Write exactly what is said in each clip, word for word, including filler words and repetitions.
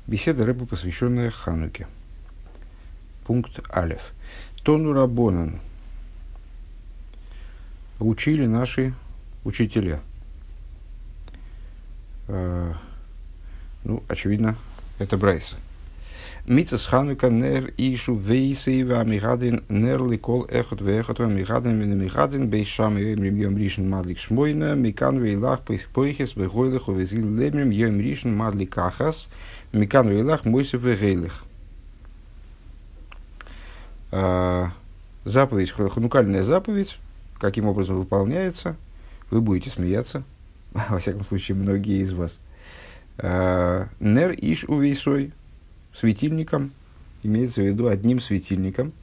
Беседа Рэба, посвященная Хануке. Пункт Алеф. Тону Рабонан. Учили наши учителя. Э, ну, очевидно, это Брайса. Митцас Ханука нер ишу вейсы вамигадрин нер ликол эхот вехот вамигадрин вамигадрин бейшам йом йом ришен мадлик шмойна микан вейлах пойхес вегойлых увезил лемрим йом ришен мадлик ахас микан вейлах мойсев вегейлых. Заповедь, ханукальная заповедь, каким образом выполняется, вы будете смеяться, во всяком случае, многие из вас. Нер иш увейсой, светильником, имеется в виду одним светильником,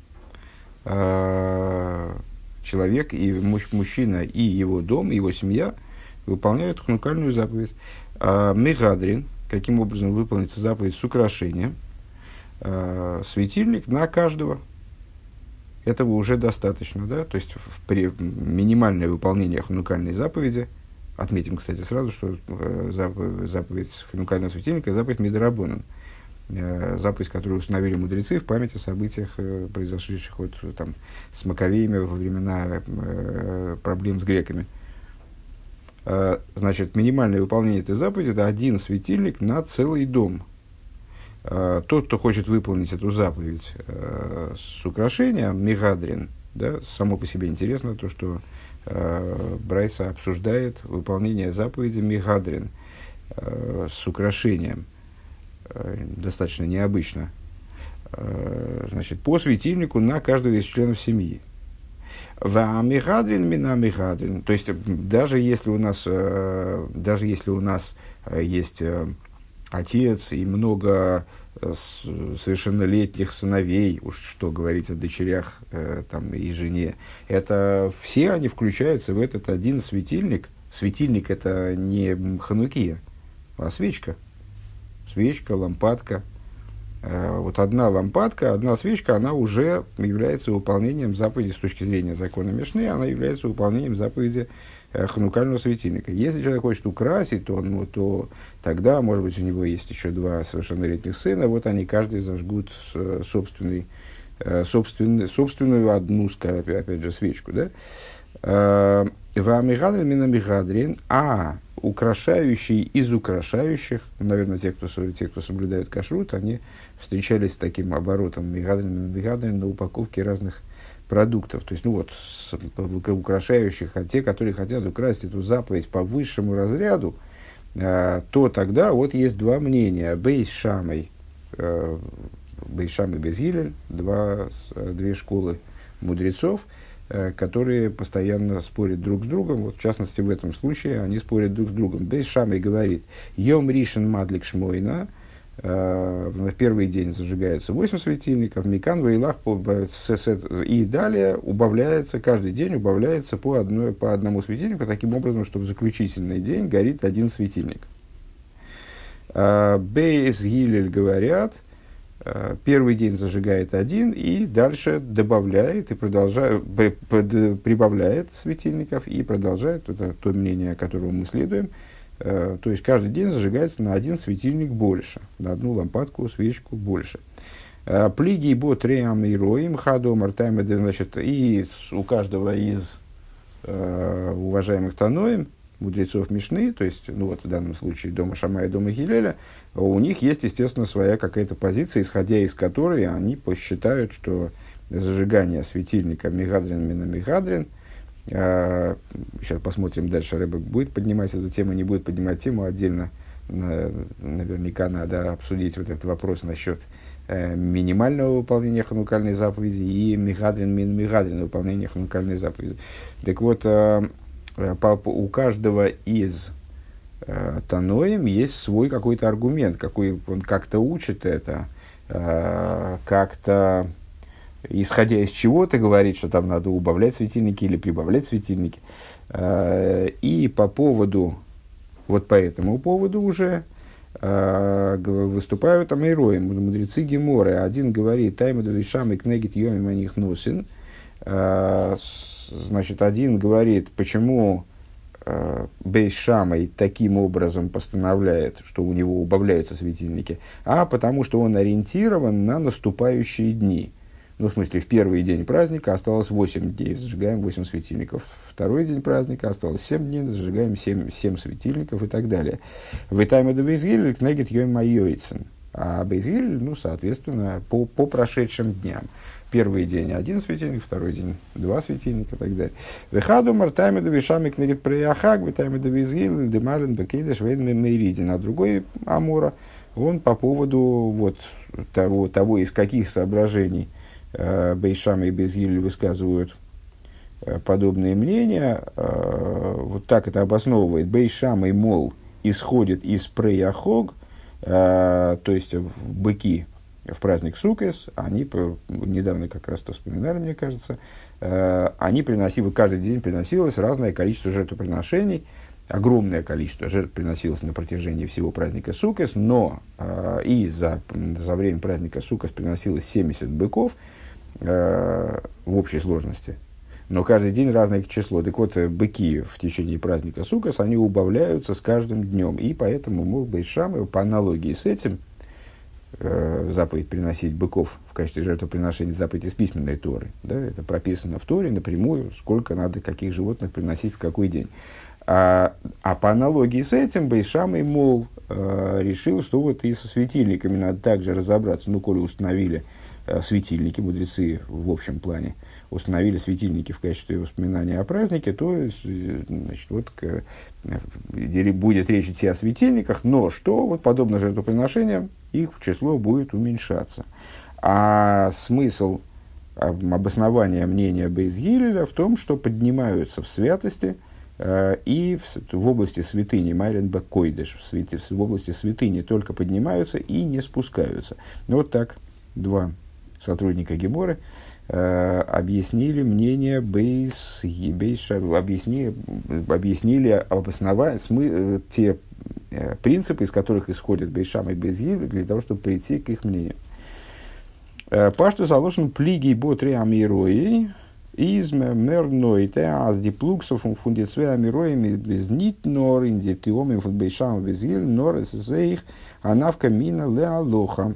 человек, и мужчина, и его дом, и его семья выполняют ханукальную заповедь. Мегадрин, каким образом выполнится заповедь с украшением, светильник на каждого. Этого уже достаточно, да? То есть в при, минимальное выполнение ханукальной заповеди. Отметим, кстати, сразу, что заповедь, заповедь ханукального светильника – заповедь Мидрабонан. Заповедь, которую установили мудрецы в память о событиях, произошедших вот, там, с Маковеями во времена проблем с греками. Значит, минимальное выполнение этой заповеди – это один светильник на целый дом. Тот, кто хочет выполнить эту заповедь э, с украшением, мегадрин, да, само по себе интересно то, что э, Брайса обсуждает выполнение заповеди мегадрин э, с украшением. Э, достаточно необычно. Э, значит, по светильнику на каждого из членов семьи. Ва мегадрин мина мегадрин. То есть, даже если у нас, э, даже если у нас э, есть... Э, отец и много э, совершеннолетних сыновей, уж что говорить о дочерях э, там, и жене, это все они включаются в этот один светильник. Светильник – это не ханукия, а свечка. Свечка, лампадка. Э, вот одна лампадка, одна свечка, она уже является выполнением заповеди с точки зрения закона Мишны, она является выполнением заповеди ханукального светильника. Если человек хочет украсить, то, ну, то тогда, может быть, у него есть еще два совершеннолетних сына, вот они каждый зажгут собственный, собственный, собственную одну, опять же, свечку. Да? А украшающий из украшающих, наверное, те, кто, те, кто соблюдают кашрут, они встречались с таким оборотом мегадрин, мегадрин на упаковке разных продуктов, то есть, ну вот, с, украшающих, а те, которые хотят украсить эту заповедь по высшему разряду, э, то тогда вот есть два мнения. Бейс Шамой, э, Бейс Шамой без Гилель, два, две школы мудрецов, э, которые постоянно спорят друг с другом. Вот, в частности, в этом случае они спорят друг с другом. Бейс Шамой говорит: Йом Ришен Мадлик Шмойна. В первый день зажигается восемь светильников, Микан, Вейлах, и далее убавляется, каждый день убавляется по, одной, по одному светильнику, таким образом, что в заключительный день горит один светильник. Бейс Гилель говорят, первый день зажигает один, и дальше добавляет и продолжает, прибавляет светильников и продолжает, это то мнение, которого мы следуем. То есть каждый день зажигается на один светильник больше, на одну лампадку, свечку больше. Плиги бо треам и роим хадом артайм, значит, и у каждого из э, уважаемых таноим, мудрецов Мишны, то есть, ну вот в данном случае дома Шамая и дома Гилеля, у них есть, естественно, своя какая-то позиция, исходя из которой они посчитают, что зажигание светильника мегадрин мина мегадрин. Сейчас посмотрим дальше, Рэбе будет поднимать эту тему, не будет поднимать тему отдельно. Наверняка надо обсудить вот этот вопрос насчет минимального выполнения ханукальной заповеди и мегадрин мин мегадрин выполнения ханукальной заповеди. Так вот, у каждого из таноим есть свой какой-то аргумент, какой он как-то учит это, как-то исходя из чего-то говорит, что там надо убавлять светильники или прибавлять светильники. И по поводу, вот по этому поводу уже выступают амейрои, мудрецы Геморы. Один говорит: «Таймаду вишам и кнегит йоми маних носин». Значит, один говорит, почему Бейс Шамай таким образом постановляет, что у него убавляются светильники, а потому что он ориентирован на наступающие дни. Ну, в смысле, в первый день праздника осталось восемь дней, зажигаем восемь светильников. Второй день праздника осталось семь дней, зажигаем семь, семь светильников и так далее. В Итайме де Бейзгиль кнегет йой майойцен. А Бейзгиль, ну, соответственно, по, по прошедшим дням. Первый день один светильник, второй день два светильника и так далее. Вехаду мартайме де вишами кнегет преяхаг, витайме де Бейзгиль, демален бекейдеш вейн мейридин. А другой Амора, он по поводу вот того, того, из каких соображений Бейс Шамай и Бейзгиль высказывают подобные мнения. Вот так это обосновывает. Бейс Шамай, мол, исходит из преяхог, то есть быки в праздник Суккес, они, недавно как раз то вспоминали, мне кажется, они приносили, каждый день приносилось разное количество жертвоприношений, огромное количество жертв приносилось на протяжении всего праздника Суккес, но э, и за, за время праздника Суккес приносилось семьдесят быков э, в общей сложности. Но каждый день разное число. Так вот, быки в течение праздника Суккес, они убавляются с каждым днем. И поэтому, мол, Бейс Шамай, по аналогии с этим, э, заповедь приносить быков в качестве жертвоприношения, заповедь из письменной Торы. Да, это прописано в Торе напрямую, сколько надо, каких животных приносить в какой день. А, а по аналогии с этим Бейс Шамай, мол, э, решил, что вот и со светильниками надо также разобраться. Ну, коли установили э, светильники, мудрецы в общем плане, установили светильники в качестве воспоминания о празднике, то значит, вот, к, будет речь идти о светильниках, но что, вот, подобно жертвоприношениям, их число будет уменьшаться. А смысл обоснования мнения Бейс Гилеля в том, что поднимаются в святости и в, в области святыни, Майрен Бакойдеш, в, в, в области святыни только поднимаются и не спускаются. Вот так два сотрудника Геморы э, объяснили мнение Бейс, Бейс объяснили, объяснили обосновать смы, те э, принципы, из которых исходят Бейс Шамай и Бейс Гилель, для того, чтобы прийти к их мнению. Пашту заложен плиги ботри амирои, из мернойте аз диплуксов фундицве амироями без нит нор индитиоми фун Бейс Шамай Бейс Гилель нор эсэсэих анавка мина леалоха.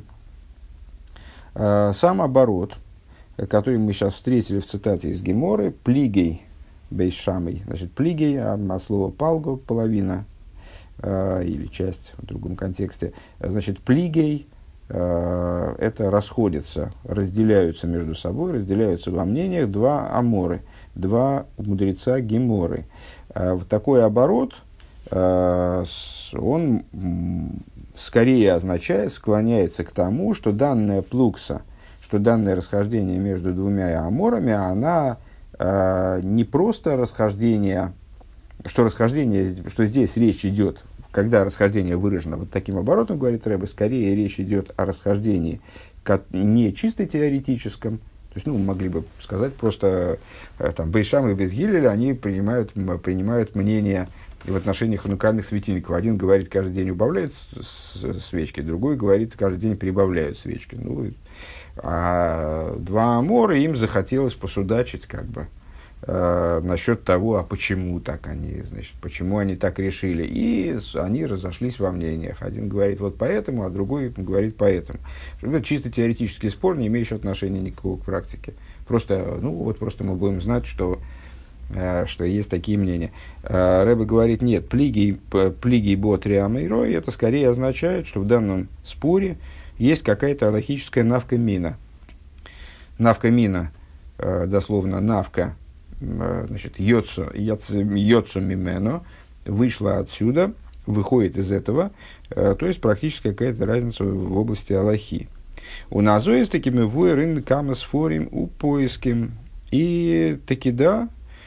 Сам оборот, который мы сейчас встретили в цитате из Геморы, плигей Бейс Шамай, значит, плигей, а от слова палгал, половина, э, или часть в другом контексте, значит, плигей, э, это расходятся, разделяются между собой, разделяются во мнениях два аморы, два мудреца Геморы. Э, такой оборот, э, он скорее означает, склоняется к тому, что данная плукса, что данное расхождение между двумя аморами, она э, не просто расхождение, что расхождение, что здесь речь идет, когда расхождение выражено вот таким оборотом, говорит Ребе, скорее речь идет о расхождении как не чисто теоретическом, то есть, ну, могли бы сказать просто, э, там, Бейс Шамай и Бейс Гилель, они принимают, принимают мнение и в отношении ханукальных светильников. Один говорит, каждый день убавляют свечки, другой говорит, каждый день прибавляют свечки. Ну, а два амора, им захотелось посудачить, как бы, э, насчет того, а почему так они, значит, почему они так решили. И они разошлись во мнениях. Один говорит вот поэтому, а другой говорит поэтому. Это чисто теоретический спор, не имеющий отношения никакого к практике. Просто, ну, вот просто мы будем знать, что что есть такие мнения. Ребе говорит, нет, плиги, плиги ботри амейрой, это скорее означает, что в данном споре есть какая-то алахическая навка-мина. Навка-мина, дословно навка, значит, йоцу, йоцу мимено, вышла отсюда, выходит из этого, то есть практически какая-то разница в области алахи. У назо есть такими вуэрин камасфорим у поиским. И таки да,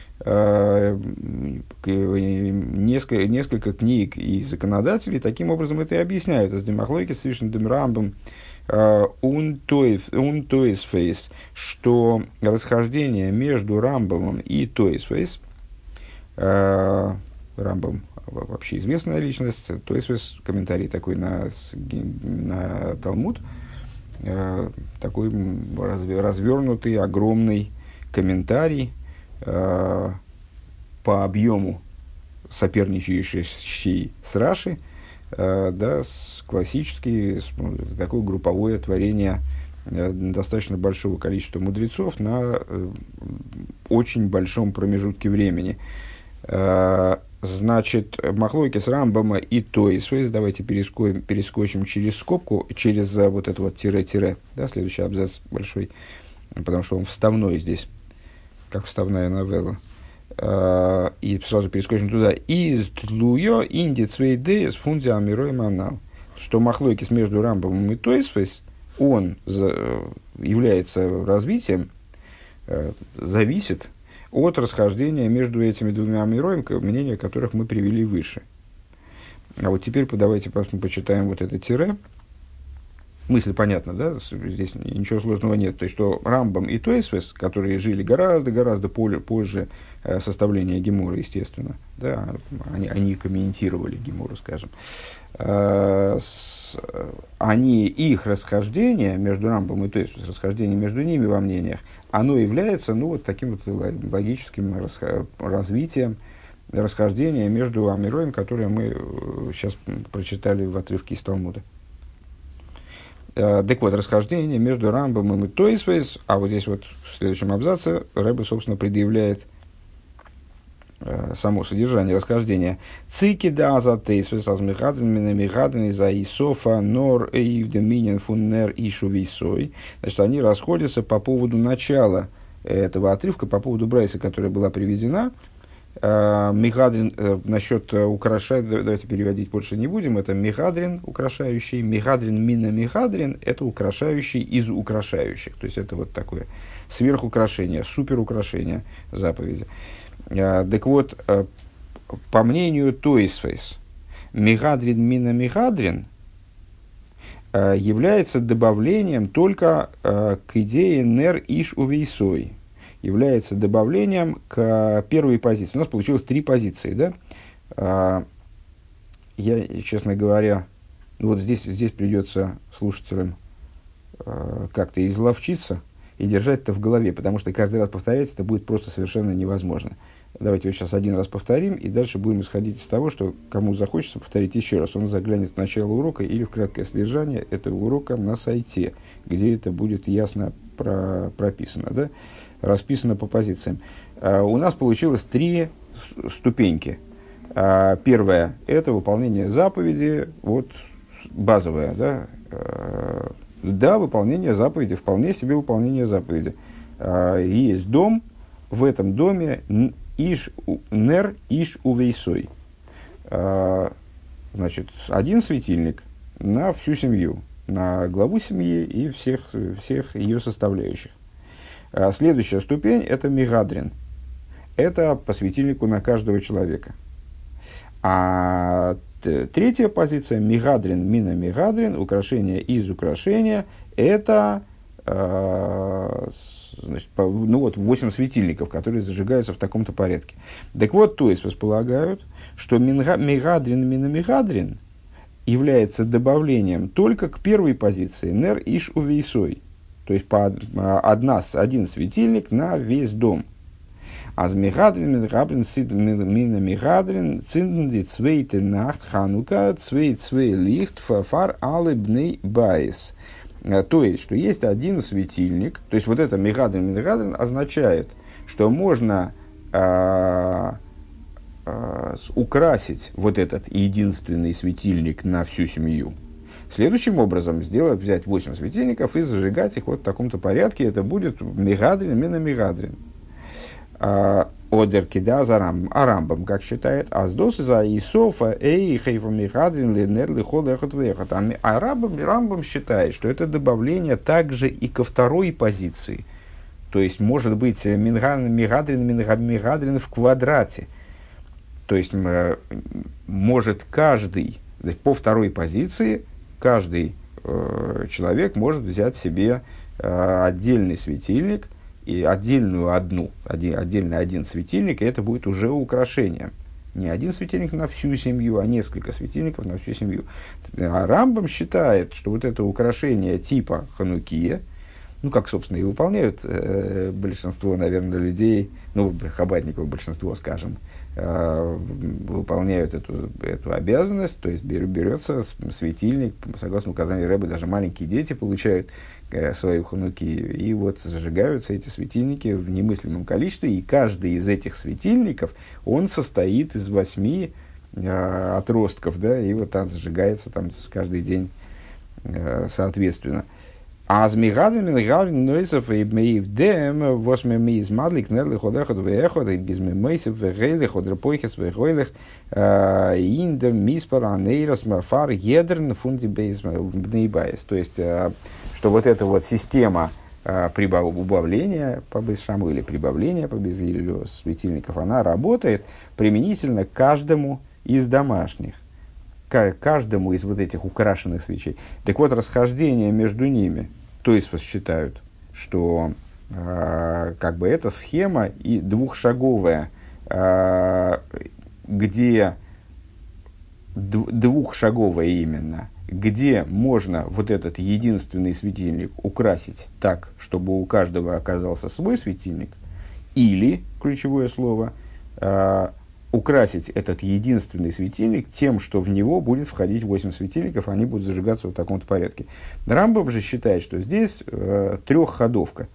Несколько, несколько книг и законодателей таким образом это и объясняют. С демахлойки с Вишнем Рамбом унтоисфейс, что расхождение между Рамбомом и Тойсфейс, Рамбом вообще известная личность, Тойсфейс комментарий такой на, на Талмуд, такой развернутый, огромный комментарий по объему соперничающий с Раши, э, да, с классический, с, ну, такое групповое творение э, достаточно большого количества мудрецов на э, очень большом промежутке времени. Э, значит, махлойкес Рамбама и Тойсвейс, давайте перескочим, перескочим через скобку, через э, вот это вот тире-тире, да, следующий абзац большой, потому что он вставной здесь, как вставная новелла. Uh, и сразу перескочим туда. Из тлуё инди цвейдеес фунди амирой манал. Что махлойкис между Рамбамом и Тойсвейс, он за, является развитием, uh, зависит от расхождения между этими двумя амироем, мнения которых мы привели выше. А вот теперь давайте почитаем вот это тире. Мысль понятна, да? Здесь ничего сложного нет. То есть, что Рамбам и Тойсвейс, которые жили гораздо-гораздо позже составления Гемора, естественно, да, они, они комментировали Гемору, скажем, они, их расхождение между Рамбом и Тойсвейс, расхождение между ними во мнениях, оно является, ну, вот таким вот логическим развитием расхождения между амироем, которые мы сейчас прочитали в отрывке из Талмуда. Так вот, расхождение между Рамбамом и Тойсвейс, а вот здесь вот в следующем абзаце Рэбе, собственно, предъявляет э, само содержание расхождения. Цики да за Тойсвейс, аз михадрин, мина михадрин, из-за Исофа, нор, эйв, доминин, фуннер, ишу, висой. Значит, они расходятся по поводу начала этого отрывка, по поводу Брайса, которая была приведена. Михадрин, э, насчет э, украшать, давайте переводить больше не будем, это михадрин украшающий, михадрин мина михадрин, это украшающий из украшающих, то есть это вот такое сверхукрашение, суперукрашение заповеди. Э, так вот, э, по мнению Тойсвейс, михадрин мина михадрин э, является добавлением только э, к идее нер иш увейсой, является добавлением к первой позиции. У нас получилось три позиции, да? А, я, честно говоря, ну вот здесь, здесь придется слушателям а, как-то изловчиться и держать это в голове, потому что каждый раз повторять это будет просто совершенно невозможно. Давайте вот сейчас один раз повторим, и дальше будем исходить из того, что кому захочется повторить еще раз, он заглянет в начало урока или в краткое содержание этого урока на сайте, где это будет ясно про, прописано, да? Расписано по позициям. Uh, у нас получилось три ступеньки. Uh, первая – это выполнение заповеди, вот базовая, да, uh, да, выполнение заповеди, вполне себе выполнение заповеди. Uh, есть дом, в этом доме иш, нер иш увейсой. Uh, значит, один светильник на всю семью, на главу семьи и всех, всех ее составляющих. Следующая ступень – это мигадрин. Это по светильнику на каждого человека. А третья позиция – мигадрин, мина мигадрин, украшение из украшения – это э, значит, по, ну вот, восемь светильников, которые зажигаются в таком-то порядке. Так вот, то есть, располагают, что мигадрин, мина мигадрин является добавлением только к первой позиции – нер иш увейсой. То есть, по одна, один светильник на весь дом. Аз мигадрин, мигадрин, мина мигадрин, цинденди цвейте нахт ханука, цвей цвей лихт, фар алы бней байс. То есть, что есть один светильник. То есть, вот это мигадрин, мигадрин означает, что можно а, а, украсить вот этот единственный светильник на всю семью. Следующим образом сделать, взять восемь светильников и зажигать их вот в таком-то порядке. Это будет мигадрин, мина мигадрин. Одер кида за Рамбам. А Рамбам, как считает, аздос за Исофа, эй, хейфа мигадрин, ленер, лихол, эхот, вехот. А Рамбам, Рамбам считает, что это добавление также и ко второй позиции. То есть, может быть, мигадрин, мигадрин в квадрате. То есть, может каждый, по второй позиции, каждый э, человек может взять себе э, отдельный светильник и отдельную одну, один, отдельный один светильник, и это будет уже украшение. Не один светильник на всю семью, а несколько светильников на всю семью. А Рамбам считает, что вот это украшение типа ханукия, ну, как, собственно, и выполняют э, большинство, наверное, людей, ну, хабадников большинство, скажем, э, выполняют эту, эту обязанность, то есть берется светильник, согласно указанию Рэбе, даже маленькие дети получают э, свои хануки, и вот зажигаются эти светильники в немыслимом количестве, и каждый из этих светильников, он состоит из восьми э, отростков, да, и вот там зажигается там каждый день э, соответственно. А с мигадами гаврин нойсов и меивдем восьми миз мадлик нерлих одехот веехот и без мейсов вегейлих одрапойхес вегойлих индем миспар анейрос мафар едрн фунди бейс бнейбайс. То есть, что вот эта вот система прибав, убавления по бейшаму или прибавления по безилью светильников, она работает применительно к каждому из домашних, к каждому из вот этих украшенных свечей. Так вот, расхождение между ними, то есть считают, что э, как бы эта схема и двухшаговая, э, где д- двухшаговая именно, где можно вот этот единственный светильник украсить так, чтобы у каждого оказался свой светильник, или, ключевое слово, э, украсить этот единственный светильник тем, что в него будет входить восемь светильников, они будут зажигаться в таком-то порядке. Рамбам же считает, что здесь э, трехходовка.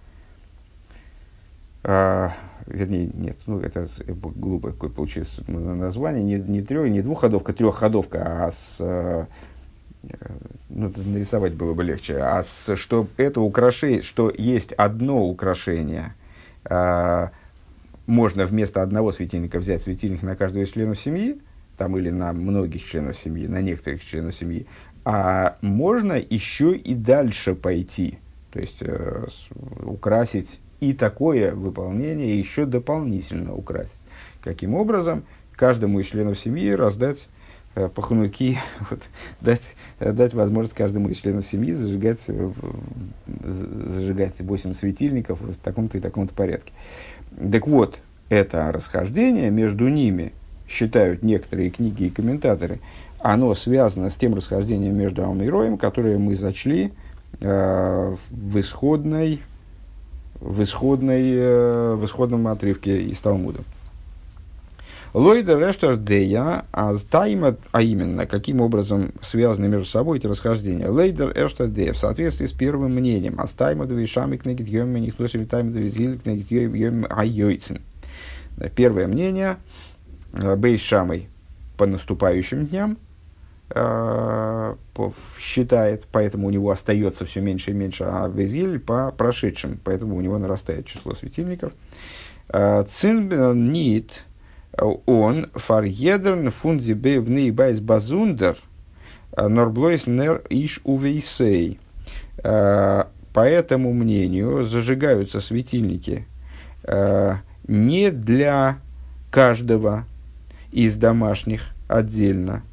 Э, вернее, нет, ну это глупое какое получилось название, не, не, трех, не двухходовка, трехходовка, а с... Э, ну, нарисовать было бы легче, а с, что это украшение, что есть одно украшение, э, можно вместо одного светильника взять светильник на каждого из членов семьи, там, или на многих членов семьи, на некоторых членов семьи, а можно еще и дальше пойти, то есть э, украсить и такое выполнение, еще дополнительно украсить. Каким образом? Каждому из членов семьи раздать э, по хануки, вот, дать, дать возможность каждому из членов семьи зажигать, зажигать восемь светильников в таком-то и таком-то порядке. Так вот, это расхождение между ними, считают некоторые книги и комментаторы, оно связано с тем расхождением между Ам и Роем, которое мы зачли э, в, исходной, в, исходной, э, в исходном отрывке из Талмуда. Лойдер рештер дея, а именно, каким образом связаны между собой эти расхождения. Лойдер рештер дея, в соответствии с первым мнением, а стаймаду вишами книгит йоми, никто себе таймаду визили книгит йоми айойцин. Первое мнение, бейс шамой по наступающим дням э, по, считает, поэтому у него остается все меньше и меньше, а визиль по прошедшим, поэтому у него нарастает число светильников. Цин нит он фарьедерн фунди бевны байс базундер норблойс нер иш увейсей. По этому мнению зажигаются светильники не для каждого из домашних отдельно,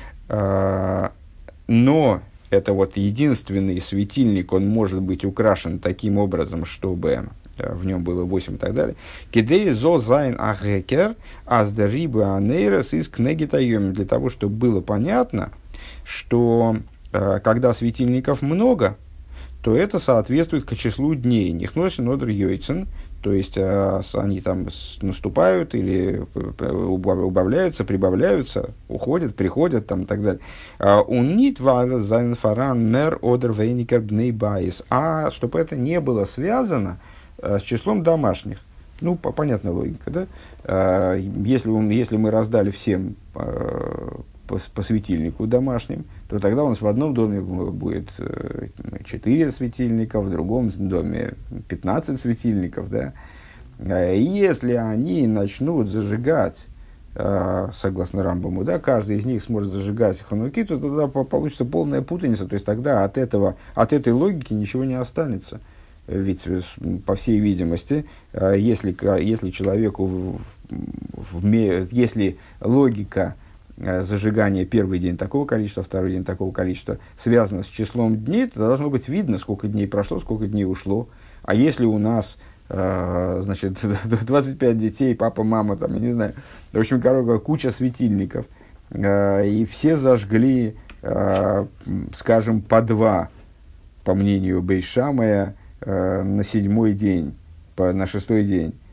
но это вот единственный светильник, он может быть украшен таким образом, чтобы в нем было восемь и так далее. Кидей зо зайн ахекер аздерибы анейрес из кнегитайоми. Для того, чтобы было понятно, что э, когда светильников много, то это соответствует к числу дней. Нихносин одр йойцен, то есть э, они там наступают или убавляются, прибавляются, уходят, приходят там, и так далее. Унит вада зайн фаран мер одр вейникер бней байс. А чтобы это не было связано с числом домашних. Ну, по, понятная логика, да? А, если, он, если мы раздали всем а, по, по светильнику домашним, то тогда у нас в одном доме будет четыре светильника, в другом доме пятнадцать светильников, да? А, если они начнут зажигать, а, согласно Рамбаму, да, каждый из них сможет зажигать хануки, то тогда получится полная путаница, то есть тогда от, этого, от этой логики ничего не останется. Ведь, по всей видимости, если, если человеку, в, в, если логика зажигания первый день такого количества, второй день такого количества связана с числом дней, то должно быть видно, сколько дней прошло, сколько дней ушло. А если у нас, значит, двадцать пять детей, папа, мама, там, я не знаю, в общем, короче, куча светильников, и все зажгли, скажем, по два, по мнению Бейс Шамая, на седьмой день, по, на шестой день,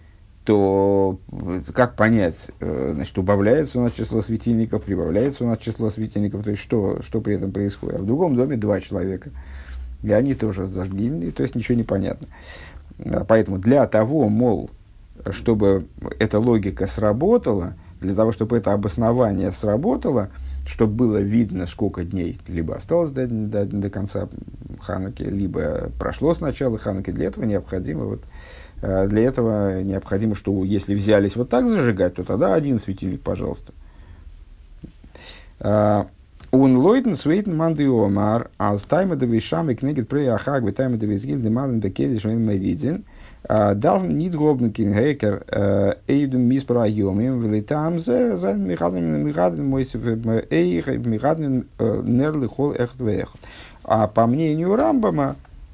то как понять, значит, убавляется у нас число светильников, прибавляется у нас число светильников, то есть что, что при этом происходит. А в другом доме два человека, и они тоже зажгли, то есть ничего не понятно. Поэтому для того, мол, чтобы эта логика сработала, для того, чтобы это обоснование сработало, чтобы было видно, сколько дней либо осталось до, до, до конца Хануки, либо прошло с начала Хануки, для этого необходимо вот, для этого необходимо, что если взялись вот так зажигать, то тогда один светильник, пожалуйста. Он лойтен свейтен манды омар, а с тайма девишам и книгет прей ахаг, вы тайма девизгиль демален бекедиш вен мэридин, дарфн нит гобн кингейкер эйдум миспра йомим, вилитам зе, зайн михаден михаден мойсев эйх, михаден нерлы хол эхт вэхт. А по мнению Рамбама,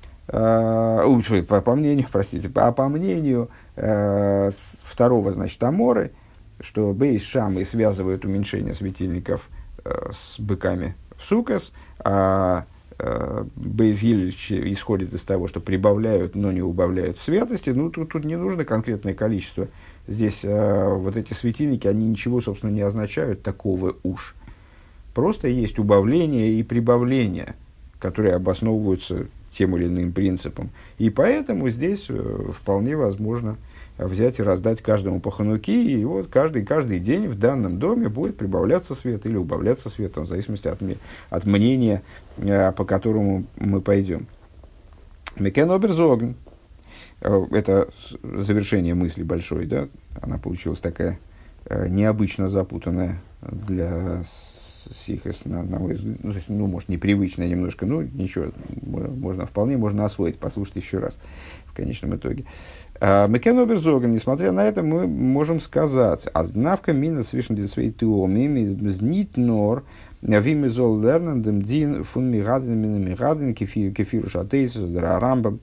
Uh, по, по мнению, простите, а по мнению uh, второго, значит, Аморы, что Бейс Шамы связывают уменьшение светильников uh, с быками в Суккос, а uh, Бейс Гилич исходит из того, что прибавляют, но не убавляют в святости. Ну, тут, тут не нужно конкретное количество. Здесь uh, вот эти светильники, они ничего, собственно, не означают такого уж. Просто есть убавление и прибавление, которые обосновываются тем или иным принципом. И поэтому здесь э, вполне возможно взять и раздать каждому по хануке, и вот каждый, каждый день в данном доме будет прибавляться свет или убавляться свет, в зависимости от, от мнения, э, по которому мы пойдем. Мекен оберзогн. Это завершение мысли большой, да? Она получилась такая э, необычно запутанная для сихос, на, на мой взгляд, ну, ну, может, непривычная немножко, ну, ничего, можно, вполне можно освоить, послушать еще раз в конечном итоге. Мекен оберзоген, несмотря на это, мы можем сказать, азнавка мина свишен дисвей туомим из нит нор вими зол лернендем дин фун мигаден мина мигаден кефиру шатейсу драрамбам.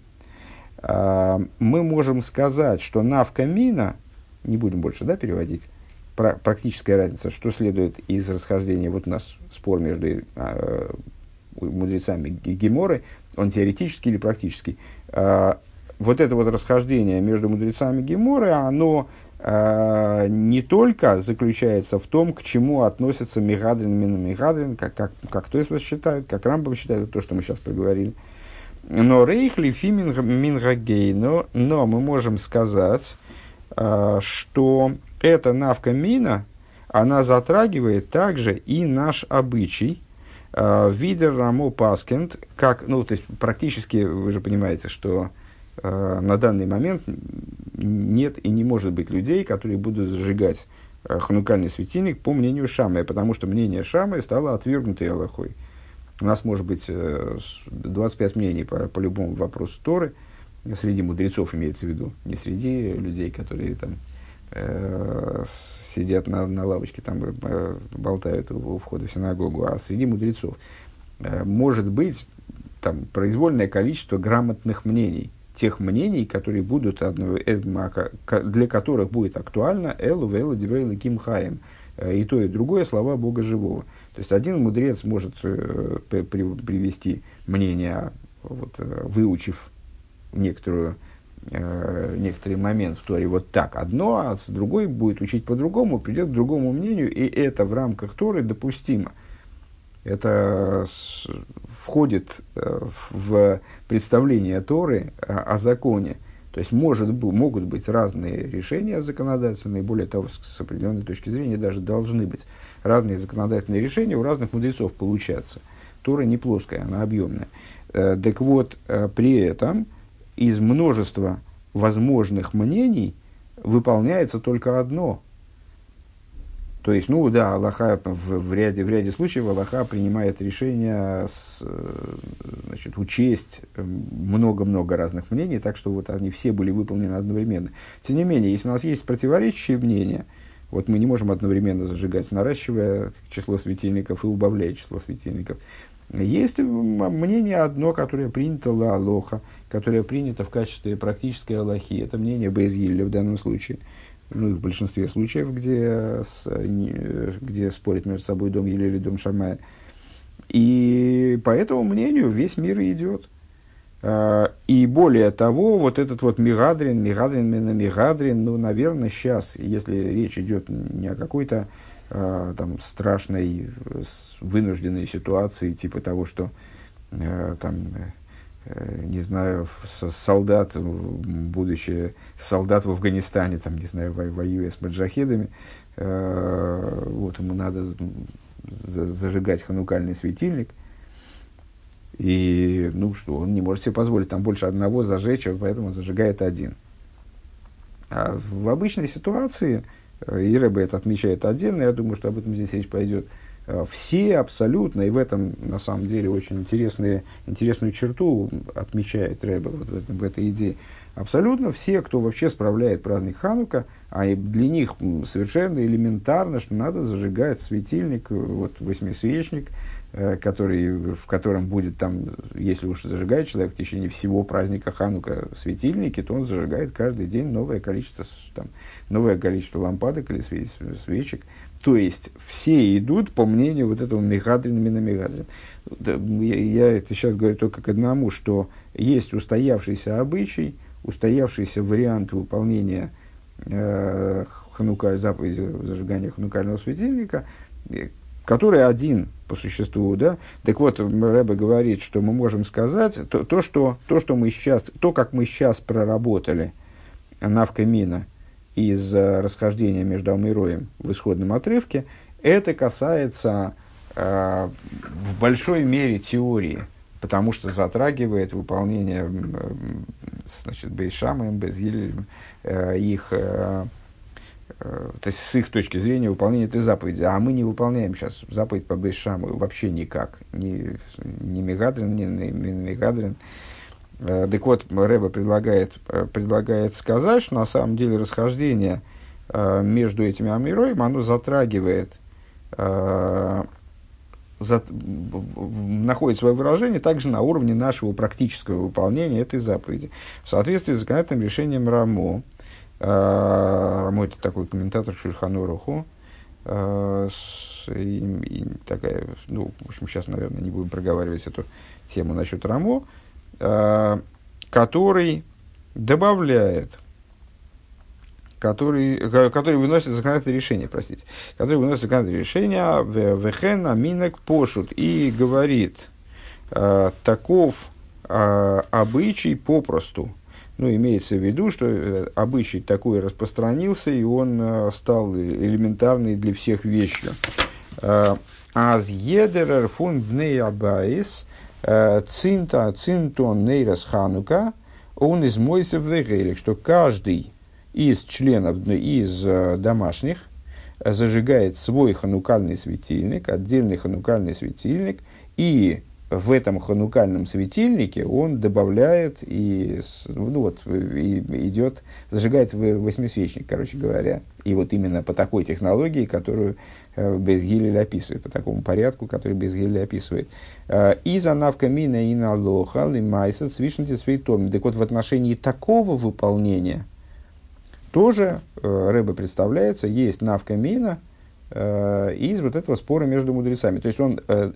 Мы можем сказать, что навка мина, не будем больше, да, переводить, практическая разница, что следует из расхождения, вот у нас спор между э, мудрецами Геморы, он теоретический или практический. Э, вот это вот расхождение между мудрецами Геморы, оно э, не только заключается в том, к чему относятся Мегадрин, Мегадрин, как, как, как то есть считают, как Рамбам считает, то, что мы сейчас проговорили. Но рейхли фи мингагей, но, но мы можем сказать, э, что эта навка мина, она затрагивает также и наш обычай, э, видер рамо паскент, как, ну, то есть практически, вы же понимаете, что э, на данный момент нет и не может быть людей, которые будут зажигать э, ханукальный светильник по мнению Шамая, потому что мнение Шамая стало отвергнутой Алахой. У нас может быть э, двадцать пять мнений по, по любому вопросу Торы, среди мудрецов имеется в виду, не среди людей, которые там сидят на, на лавочке, там э, болтают у, у входа в синагогу, а среди мудрецов э, может быть там произвольное количество грамотных мнений, тех мнений, которые будут, для которых будет актуально «элу вэлу диврей ким хаем», и то, и другое слова Бога Живого. То есть один мудрец может э, при, привести мнение, вот, выучив некоторую некоторый момент в Торе вот так одно, а с другой будет учить по-другому, придет к другому мнению, и это в рамках Торы допустимо. Это с, входит э, в представление Торы о, о законе. То есть может, могут быть разные решения законодательные, более того, с, с определенной точки зрения даже должны быть разные законодательные решения у разных мудрецов получаться. Тора не плоская, она объемная. Э, так вот, э, при этом из множества возможных мнений выполняется только одно. То есть, ну да, Аллаха в, в, ряде, в ряде случаев Аллаха принимает решение с, значит, учесть много-много разных мнений, так что вот они все были выполнены одновременно. Тем не менее, если у нас есть противоречащие мнения, вот мы не можем одновременно зажигать, наращивая число светильников и убавляя число светильников. Есть мнение одно, которое принято ла алоха, которое принято в качестве практической алахи. Это мнение Бейс Гилля в данном случае. Ну и в большинстве случаев, где, где спорят между собой дом Гилля или дом Шамая. И по этому мнению весь мир идет. И более того, вот этот вот Мегадрин, Мегадрин, Мегадрин, ну, наверное, сейчас, если речь идет не о какой-то э, там страшной вынужденной ситуации, типа того, что э, там, э, не знаю, солдат, будучи солдат в Афганистане, там, не знаю, во- воюя с маджахедами, э, вот ему надо зажигать ханукальный светильник. И, ну что, он не может себе позволить там больше одного зажечь, поэтому он зажигает один. А в обычной ситуации, и Рэбе это отмечает отдельно, я думаю, что об этом здесь речь пойдет, все абсолютно, и в этом, на самом деле, очень интересные, интересную черту отмечает Рэбе вот в, этом, в этой идее, абсолютно все, кто вообще справляет праздник Ханука, а для них совершенно элементарно, что надо зажигать светильник, вот восьмисвечник, который, в котором будет там, если уж зажигает человек в течение всего праздника Ханука светильники, то он зажигает каждый день новое количество, там, новое количество лампадок или свечек. То есть все идут по мнению вот этого Мегадрин Мина Мегадрин. Я, я это сейчас говорю только к одному, что есть устоявшийся обычай, устоявшийся вариант выполнения э, ханука, заповеди зажигания ханукального светильника, который один по существу, да. Так вот, Рэбе говорит, что мы можем сказать, то, то, что, то, что мы сейчас, то, как мы сейчас проработали навка мина из uh, расхождения между Амироем в исходном отрывке, это касается uh, в большой мере теории, потому что затрагивает выполнение uh, значит, Бейшамаем, Безгилем, uh, их uh, то есть с их точки зрения выполнение этой заповеди. А мы не выполняем сейчас заповедь по Бейшаму вообще никак. Ни, ни Мегадрин, ни, ни, ни Мегадрин. Так вот, Рэбе предлагает, предлагает сказать, что на самом деле расхождение между этими амироями, оно затрагивает, за, находит свое выражение также на уровне нашего практического выполнения этой заповеди. В соответствии с законодательным решением Рамо, Рамо — это такой комментатор Шульхан Аруху, и, и такая, ну, в общем, сейчас, наверное, не будем проговаривать эту тему насчет Рамо, который добавляет, который, который выносит законодательное решение, простите, который выносит законодательное решение «Вехен аминек пошут» и говорит, таков обычай попросту. Ну, имеется в виду, что обычай такой распространился, и он стал элементарной для всех вещью. «Аз едерер фун бней абайс цинта цинтон нейрас ханука, он из мойсев вегерик», что каждый из членов, из домашних зажигает свой ханукальный светильник, отдельный ханукальный светильник, и в этом ханукальном светильнике он добавляет и, ну вот, и идет, зажигает восьмисвечник, короче говоря. И вот именно по такой технологии, которую э, Безгилель описывает, по такому порядку, который Безгилель описывает. «Иза навка мина и налоха лимайса цвишнти цвейтом». Так вот, в отношении такого выполнения тоже э, Рэбе представляется, есть навка мина э, из вот этого спора между мудрецами. То есть он... Э,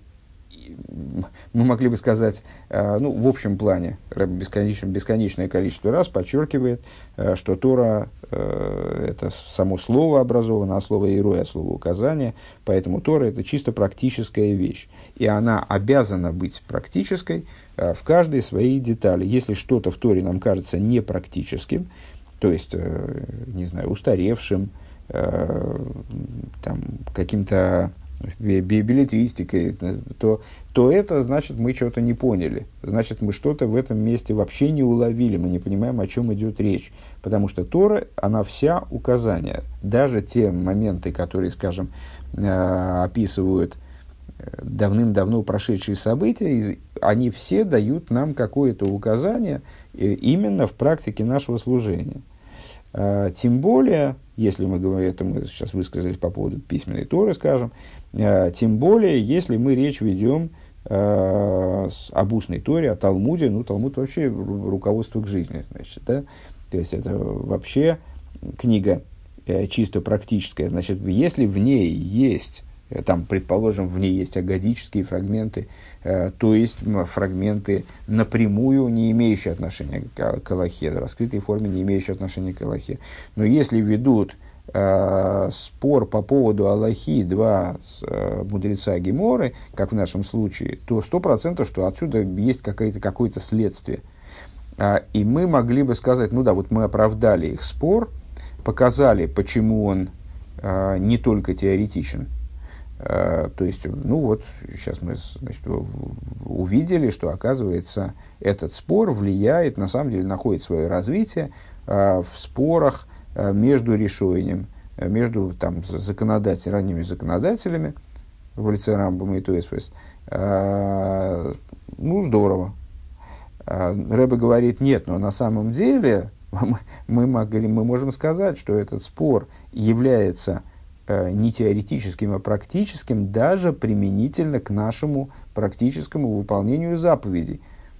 мы могли бы сказать, э, ну, в общем плане, Рэбе бесконечное, бесконечное количество раз подчеркивает, э, что Тора э, это само слово образовано, а слово «иерой», а слово «указание», поэтому Тора это чисто практическая вещь. И она обязана быть практической э, в каждой своей детали. Если что-то в Торе нам кажется непрактическим, то есть, э, не знаю, устаревшим, э, там, каким-то билетристикой, то, то это значит, мы что-то не поняли. Значит, мы что-то в этом месте вообще не уловили, мы не понимаем, о чем идет речь. Потому что Тора, она вся указания. Даже те моменты, которые, скажем, описывают давным-давно прошедшие события, они все дают нам какое-то указание именно в практике нашего служения. Тем более, если мы говорим, это мы сейчас высказались по поводу письменной Торы, скажем, тем более, если мы речь ведем э, об устной Торе, о Талмуде, ну, Талмуд вообще руководство к жизни, значит, да, то есть это вообще книга э, чисто практическая, значит, если в ней есть Э, Там, предположим, в ней есть агадические фрагменты, э, то есть м, фрагменты напрямую не имеющие отношения к, к Алахе, в раскрытой форме не имеющие отношения к Алахе. Но если ведут э, спор по поводу Алахи два э, мудреца Геморы, как в нашем случае, то сто процентов, что отсюда есть какое-то, какое-то следствие. А, и мы могли бы сказать, ну да, вот мы оправдали их спор, показали, почему он а, не только теоретичен. А, то есть, ну вот, сейчас мы, значит, увидели, что, оказывается, этот спор влияет, на самом деле, находит свое развитие а, в спорах а, между решением, а, между там, законодатель, ранними законодателями, эволюция Рамбама и Тойсфес. А, ну, здорово. Рэбе говорит, нет, но на самом деле мы, мы, могли, мы можем сказать, что этот спор является э, не теоретическим, а практическим, даже применительно к нашему практическому выполнению заповедей.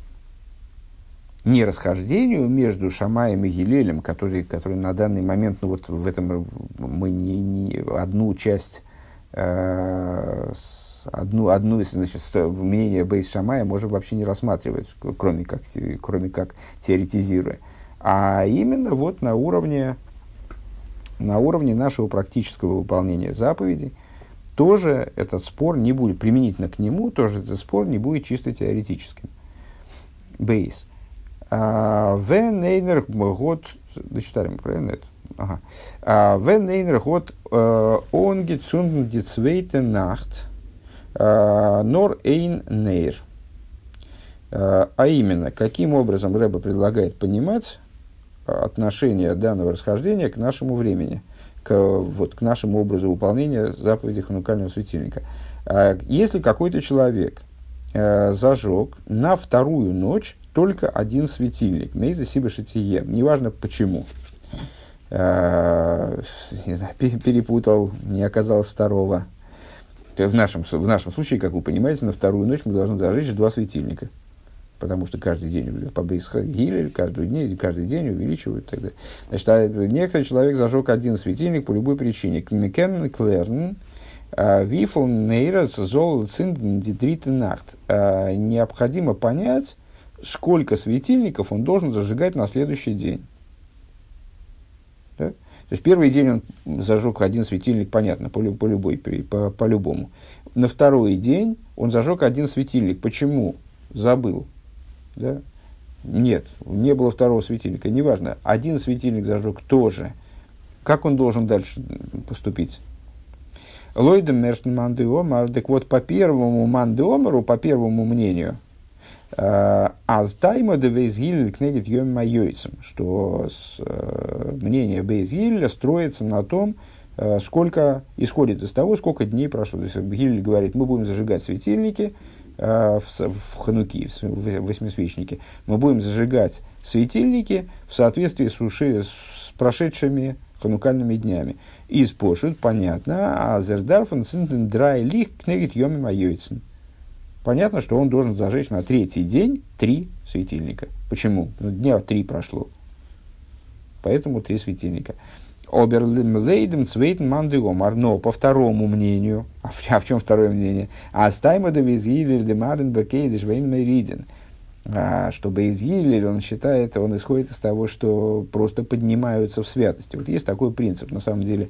Не расхождению между Шамаем и Гилелем, который, который на данный момент, ну вот в этом мы не, не одну часть э, Одну, одну из, значит, мнения Бейс Шамая можем вообще не рассматривать, кроме как, кроме как теоретизируя. А именно вот на уровне, на уровне нашего практического выполнения заповедей тоже этот спор не будет, применительно к нему, тоже этот спор не будет чисто теоретическим. Бейс. Вен Нейнер год, дочитали мы, правильно это? Ага. Вен Нейнер год он гецунден ди цвейте нахт Нор эйн нейр. А именно, каким образом Рэбе предлагает понимать отношение данного расхождения к нашему времени, к, вот, к нашему образу выполнения заповеди ханукального светильника. Если какой-то человек зажег на вторую ночь только один светильник, мейза сиба шитие, неважно почему, не знаю, перепутал, не оказалось второго. В нашем, в нашем случае, как вы понимаете, на вторую ночь мы должны зажечь два светильника. Потому что каждый день по Бейс-Гилель, каждый день, каждый день увеличивают. Так далее. Значит, а некоторый человек зажег один светильник по любой причине. Кмекен клерн вифл нейрас зол цинден дитритен нахт. Необходимо понять, сколько светильников он должен зажигать на следующий день. Да? То есть первый день он зажег один светильник, понятно, по, по, любой, по, по любому. На второй день он зажег один светильник. Почему? Забыл. Да? Нет, не было второго светильника. Неважно. Один светильник зажег тоже. Как он должен дальше поступить? Лойдем мершн мандеомар. Так вот, по первому мандеомару, по первому мнению, Аздайма де Бейс-Гилель кнегит йом майойцем, что с, э, мнение Бейс-Гилеля строится на том, э, сколько, исходит из того, сколько дней прошло. То есть Гилель говорит, мы будем зажигать светильники э, в, в Хануки, в восьмисвечнике, мы будем зажигать светильники в соответствии с, уши, с прошедшими ханукальными днями. Из пошут, понятно, а зердарфон цинтен драй лих кнегит йом майойцем. Понятно, что он должен зажечь на третий день три светильника. Почему? Ну, дня три прошло. Поэтому три светильника. Оберлейдем цвейтен мандеомар. Но по второму мнению, а в, а в чем второе мнение? Астайма де Бейс-Гилель де Марен Бекейдеш Вейн Мейриден. Что Бейс-Гилель, он считает, он исходит из того, что просто поднимаются в святости. Вот есть такой принцип. На самом деле,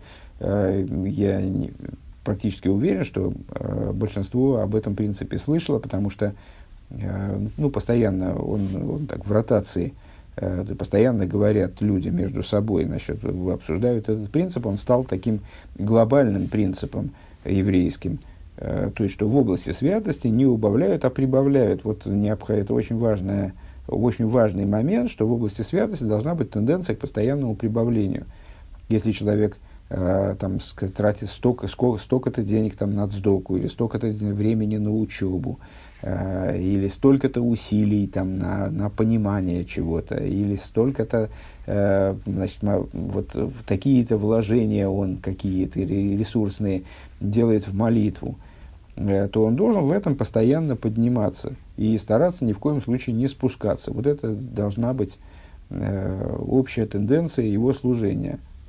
я не... практически уверен, что э, большинство об этом принципе слышало, потому что э, ну, постоянно он, он так в ротации, э, постоянно говорят люди между собой насчет, обсуждают этот принцип, он стал таким глобальным принципом еврейским, э, то есть, что в области святости не убавляют, а прибавляют. Вот необходимо, это очень, важное, очень важный момент, что в области святости должна быть тенденция к постоянному прибавлению. Если человек там, тратит столько, сколько, столько-то денег там, на цдоку, или столько-то времени на учебу, э, или столько-то усилий там, на, на понимание чего-то, или столько-то, э, значит, вот, такие-то вложения он какие-то ресурсные делает в молитву, э, то он должен в этом постоянно подниматься и стараться ни в коем случае не спускаться. Вот это должна быть э, общая тенденция его служения.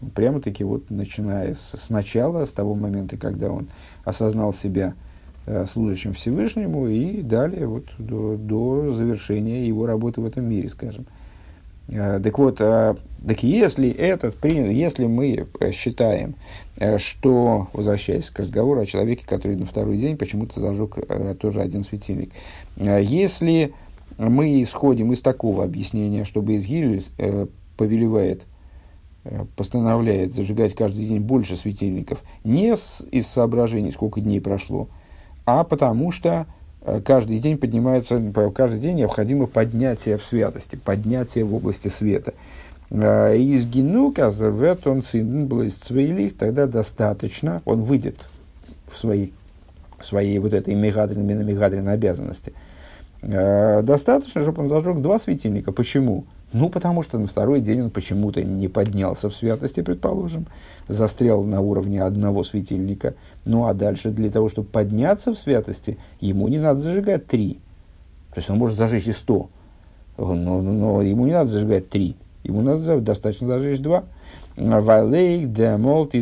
прямо-таки вот начиная с, с начала, с того момента, когда он осознал себя э, служащим Всевышнему, и далее вот до, до завершения его работы в этом мире, скажем. Э, так вот, э, так если, этот, если мы считаем, э, что, возвращаясь к разговору о человеке, который на второй день почему-то зажег э, тоже один светильник, э, если мы исходим из такого объяснения, что Бейс Гиллель э, повелевает, постановляет зажигать каждый день больше светильников не с, из соображений, сколько дней прошло, а потому что каждый день поднимается, каждый день необходимо поднятие в святости, поднятие в области света. Из генука зервет он цвейлих, тогда достаточно, он выйдет в своей, в своей вот этой мегадрин, мегадрин обязанности. Достаточно, чтобы он зажег два светильника. Почему? Ну, потому что на второй день он почему-то не поднялся в святости, предположим, застрял на уровне одного светильника. Ну, а дальше для того, чтобы подняться в святости, ему не надо зажигать три. То есть он может зажечь и сто, но, но ему не надо зажигать три, ему надо достаточно зажечь два. Потому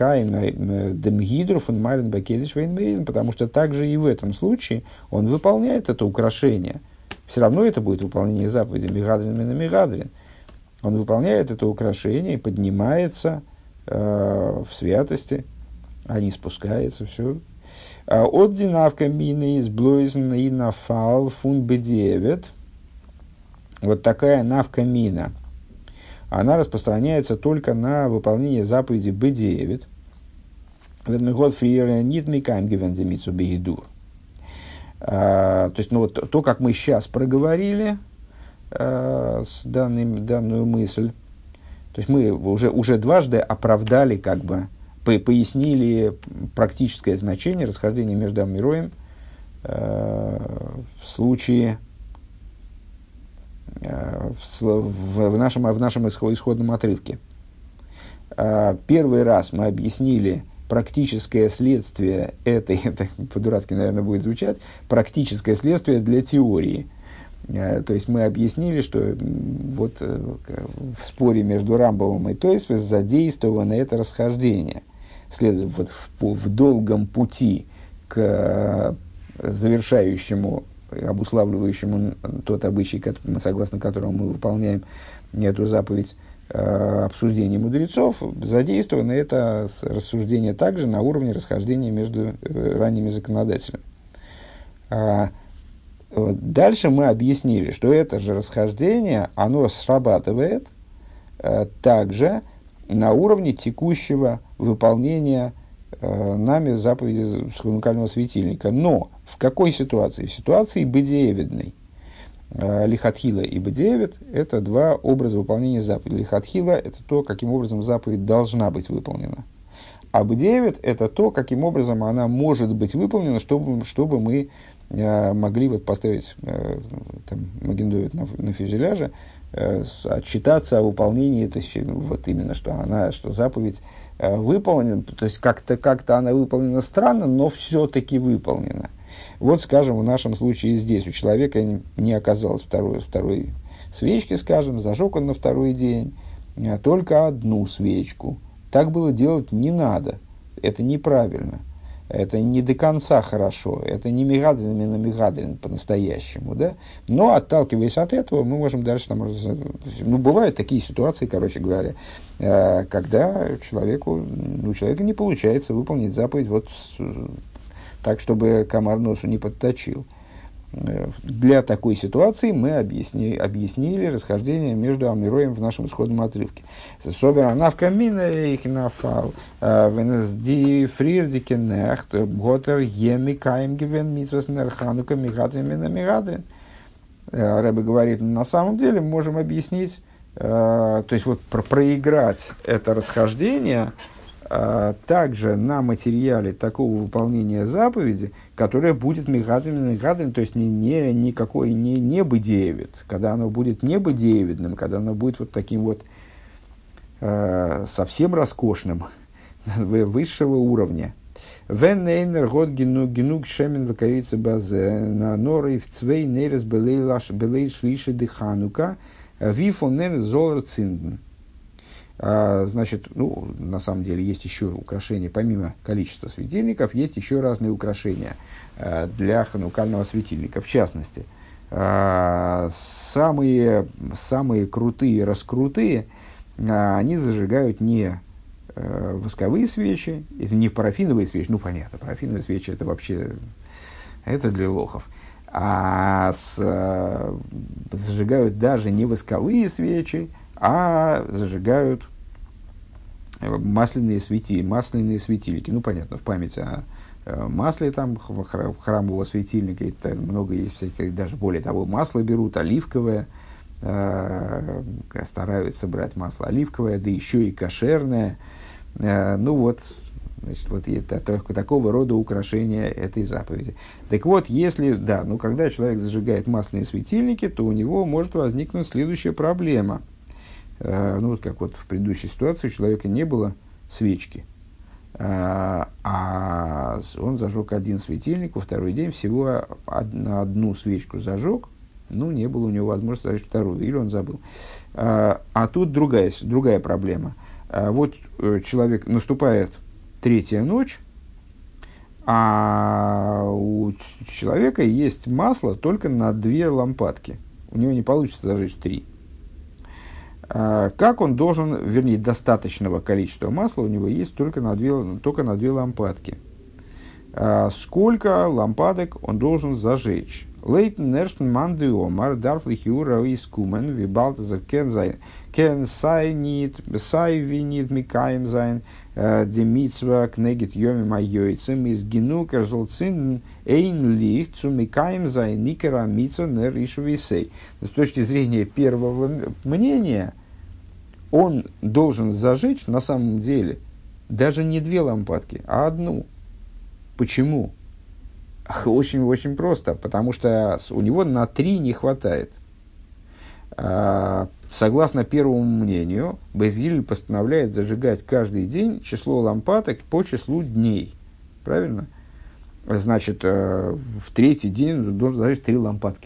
что также и в этом случае он выполняет это украшение. Все равно это будет выполнение заповеди Мегадрин на Мегадрин. Он выполняет это украшение и поднимается э, в святости, а не спускается. Все. От динавка мины из блойзен и нафал фун бедевет. Вот такая навка мина. Она распространяется только на выполнение заповеди бедевет. Ведмегод фриера нит микаем гивендемицу бегидур. Uh, то есть, ну, вот, то, как мы сейчас проговорили uh, с данной, данную мысль, то есть мы уже, уже дважды оправдали, как бы, по, пояснили практическое значение расхождения между Амироем uh, в случае, uh, в, в, в, нашем, в нашем исходном отрывке. Uh, первый раз мы объяснили практическое следствие этой, это по-дурацки, наверное, будет звучать, практическое следствие для теории. То есть мы объяснили, что вот в споре между Рамбовым и Тойсвес задействовано это расхождение. Следует вот в, в долгом пути к завершающему, обуславливающему тот обычай, согласно которому мы выполняем эту заповедь, обсуждение мудрецов, задействовано это рассуждение также на уровне расхождения между ранними законодателями. Дальше мы объяснили, что это же расхождение, оно срабатывает также на уровне текущего выполнения нами заповеди ханукального светильника. Но в какой ситуации? В ситуации бедиевидной. Лихатхила и бедиевид – это два образа выполнения заповеди. Лихатхила – это то, каким образом заповедь должна быть выполнена. А бедиевид – это то, каким образом она может быть выполнена, чтобы, чтобы мы э, могли вот поставить э, там, Магендовит на, на фюзеляже, э, отчитаться о выполнении, то есть вот именно, что, она, что заповедь э, выполнена, то есть как-то, как-то она выполнена странно, но все-таки выполнена. Вот, скажем, в нашем случае здесь у человека не оказалось второй, второй свечки, скажем, зажег он на второй день а только одну свечку. Так было делать не надо. Это неправильно. Это не до конца хорошо. Это не мегадрин, на мегадрин по-настоящему. Да? Но, отталкиваясь от этого, мы можем дальше... Там, ну, бывают такие ситуации, короче говоря, когда человеку, у человека не получается выполнить заповедь вот так, чтобы комар носу не подточил. Для такой ситуации мы объясни, объяснили расхождение между Амироем в нашем исходном отрывке. Собер навка мина их нафал венесди фрирдике нехт готер еми каем гивен митсвас нерханука мигадрин мина мигадрин. Рэбе говорит, на самом деле можем объяснить, то есть вот про проиграть это расхождение также на материале такого выполнения заповеди, которое будет мегадрин, мегадрин, то есть не, не, никакой не, не бедиевид, когда оно будет не бедиевидным, когда оно будет вот таким вот э, совсем роскошным, высшего уровня. Веннейнер год генуг шемен вакаица базе на норы в цвей нейрес белей шлиши дыханука вифонер золар цинден. А, значит, ну, на самом деле есть еще украшения, помимо количества светильников, есть еще разные украшения а, для ханукального светильника. В частности, а, самые, самые крутые, раскрутые, а, они зажигают не а, восковые свечи, не парафиновые свечи, ну, понятно, парафиновые свечи это вообще, это для лохов. А с, а, зажигают даже не восковые свечи, а зажигают масляные, свети, масляные светильники. Ну, понятно, в память о, о масле там, храмового светильника, это много есть всяких, даже более того, масло берут, оливковое, э, стараются брать масло оливковое, да еще и кошерное. Э, ну вот, значит, вот это, такого рода украшения этой заповеди. Так вот, если, да, ну, когда человек зажигает масляные светильники, то у него может возникнуть следующая проблема. Ну, вот как вот в предыдущей ситуации у человека не было свечки, а он зажег один светильник, во второй день всего на одну свечку зажег, ну, не было у него возможности зажечь вторую, или он забыл. А тут другая, другая проблема. Вот человек, наступает третья ночь, а у человека есть масло только на две лампадки. У него не получится зажечь три. Как он должен, вернее, достаточного количества масла у него есть только на две, только на две лампадки. Сколько лампадок он должен зажечь? Лейтен нерштен манды омар дарфли хиура искумен вибалтаза кен сайнит сайвинит микаем зайн демитсва кнегит йоми майойцем из генукер золцин эйн лих цу микаем зайн никера митсва нер ишвисей. С точки зрения первого мнения, он должен зажечь на самом деле даже не две лампадки, а одну. Почему? Очень-очень просто, потому что у него на три не хватает. Согласно первому мнению, Бейс Гиллель постановляет зажигать каждый день число лампадок по числу дней. Правильно? Значит, в третий день он должен зажечь три лампадки.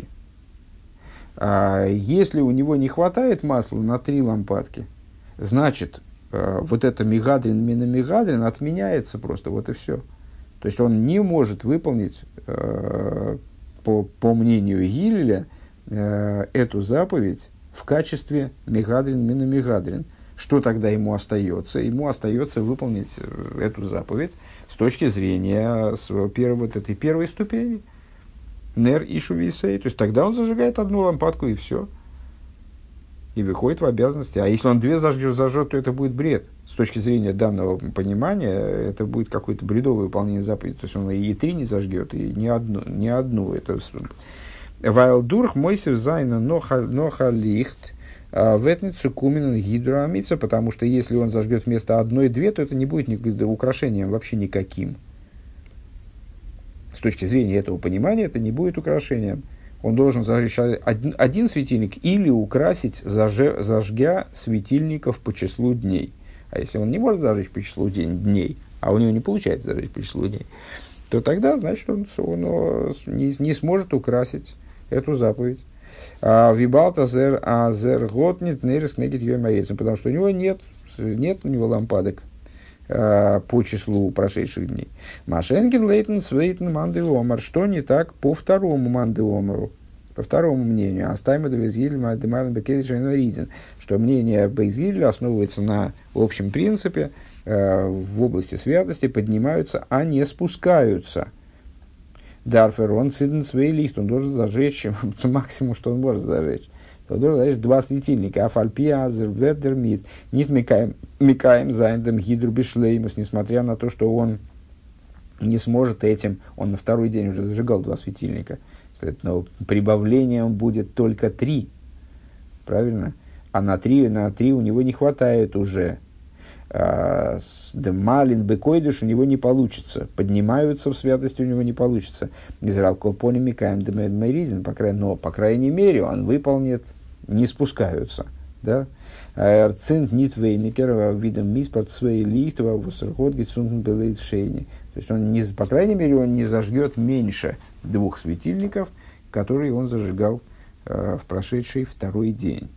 Если у него не хватает масла на три лампадки, значит, вот это мегадрин, миномегадрин отменяется просто, вот и все. То есть он не может выполнить, э, по, по мнению Гиллеля, э, эту заповедь в качестве мегадрин, миномегадрин. Что тогда ему остается? Ему остается выполнить эту заповедь с точки зрения первой, вот этой первой ступени. Нер ишу висей. То есть тогда он зажигает одну лампадку и все. И выходит в обязанности. А если он две зажжет, зажжет, то это будет бред. С точки зрения данного понимания, это будет какое-то бредовое выполнение заповеди. То есть он и три не зажгет, и не одну. Не одну. Это Вайлдурх мойсев зайна ноха лихт ветницу куминен гидроамица, потому что если он зажгет вместо одной-две, то это не будет украшением вообще никаким. С точки зрения этого понимания, это не будет украшением. Он должен зажечь один, один светильник или украсить, заже, зажгя светильников по числу дней. А если он не может зажечь по числу день, дней, а у него не получается зажечь по числу дней, то тогда, значит, он, он, он не, не сможет украсить эту заповедь. Вибалта зер азер готнит нерес негит йомаецем, потому что у него нет, нет у него лампадок по числу прошедших дней. Машенкин лейтен свейтен манды омар. Что не так по второму манды омару? По второму мнению, оставим это Безгиль, что мнение Безгиля основывается на общем принципе, э, в области святости поднимаются, а не спускаются. Дарфер он сиден свей лихт, он должен зажечь максимум, что он может зажечь. Он должен зажечь два светильника. Афальпия зерведермит нит микаем зайндем гидру бишлеймус, несмотря на то, что он не сможет этим, он на второй день уже зажигал два светильника. Но прибавлением будет только три. Правильно? А на три, на три у него не хватает уже. Демалин бекойдыш у него не получится. Поднимаются в святости у него не получится. Израил колпони микаем демэдмэризин, но, по крайней мере, он выполнит, не спускаются. Да? Цинт нит вейникер видом миспорт своей лихтова вусерхот гицунтен белейт шейни. То есть он не, по крайней мере, он не зажгет меньше двух светильников, которые он зажигал э, в прошедший второй день.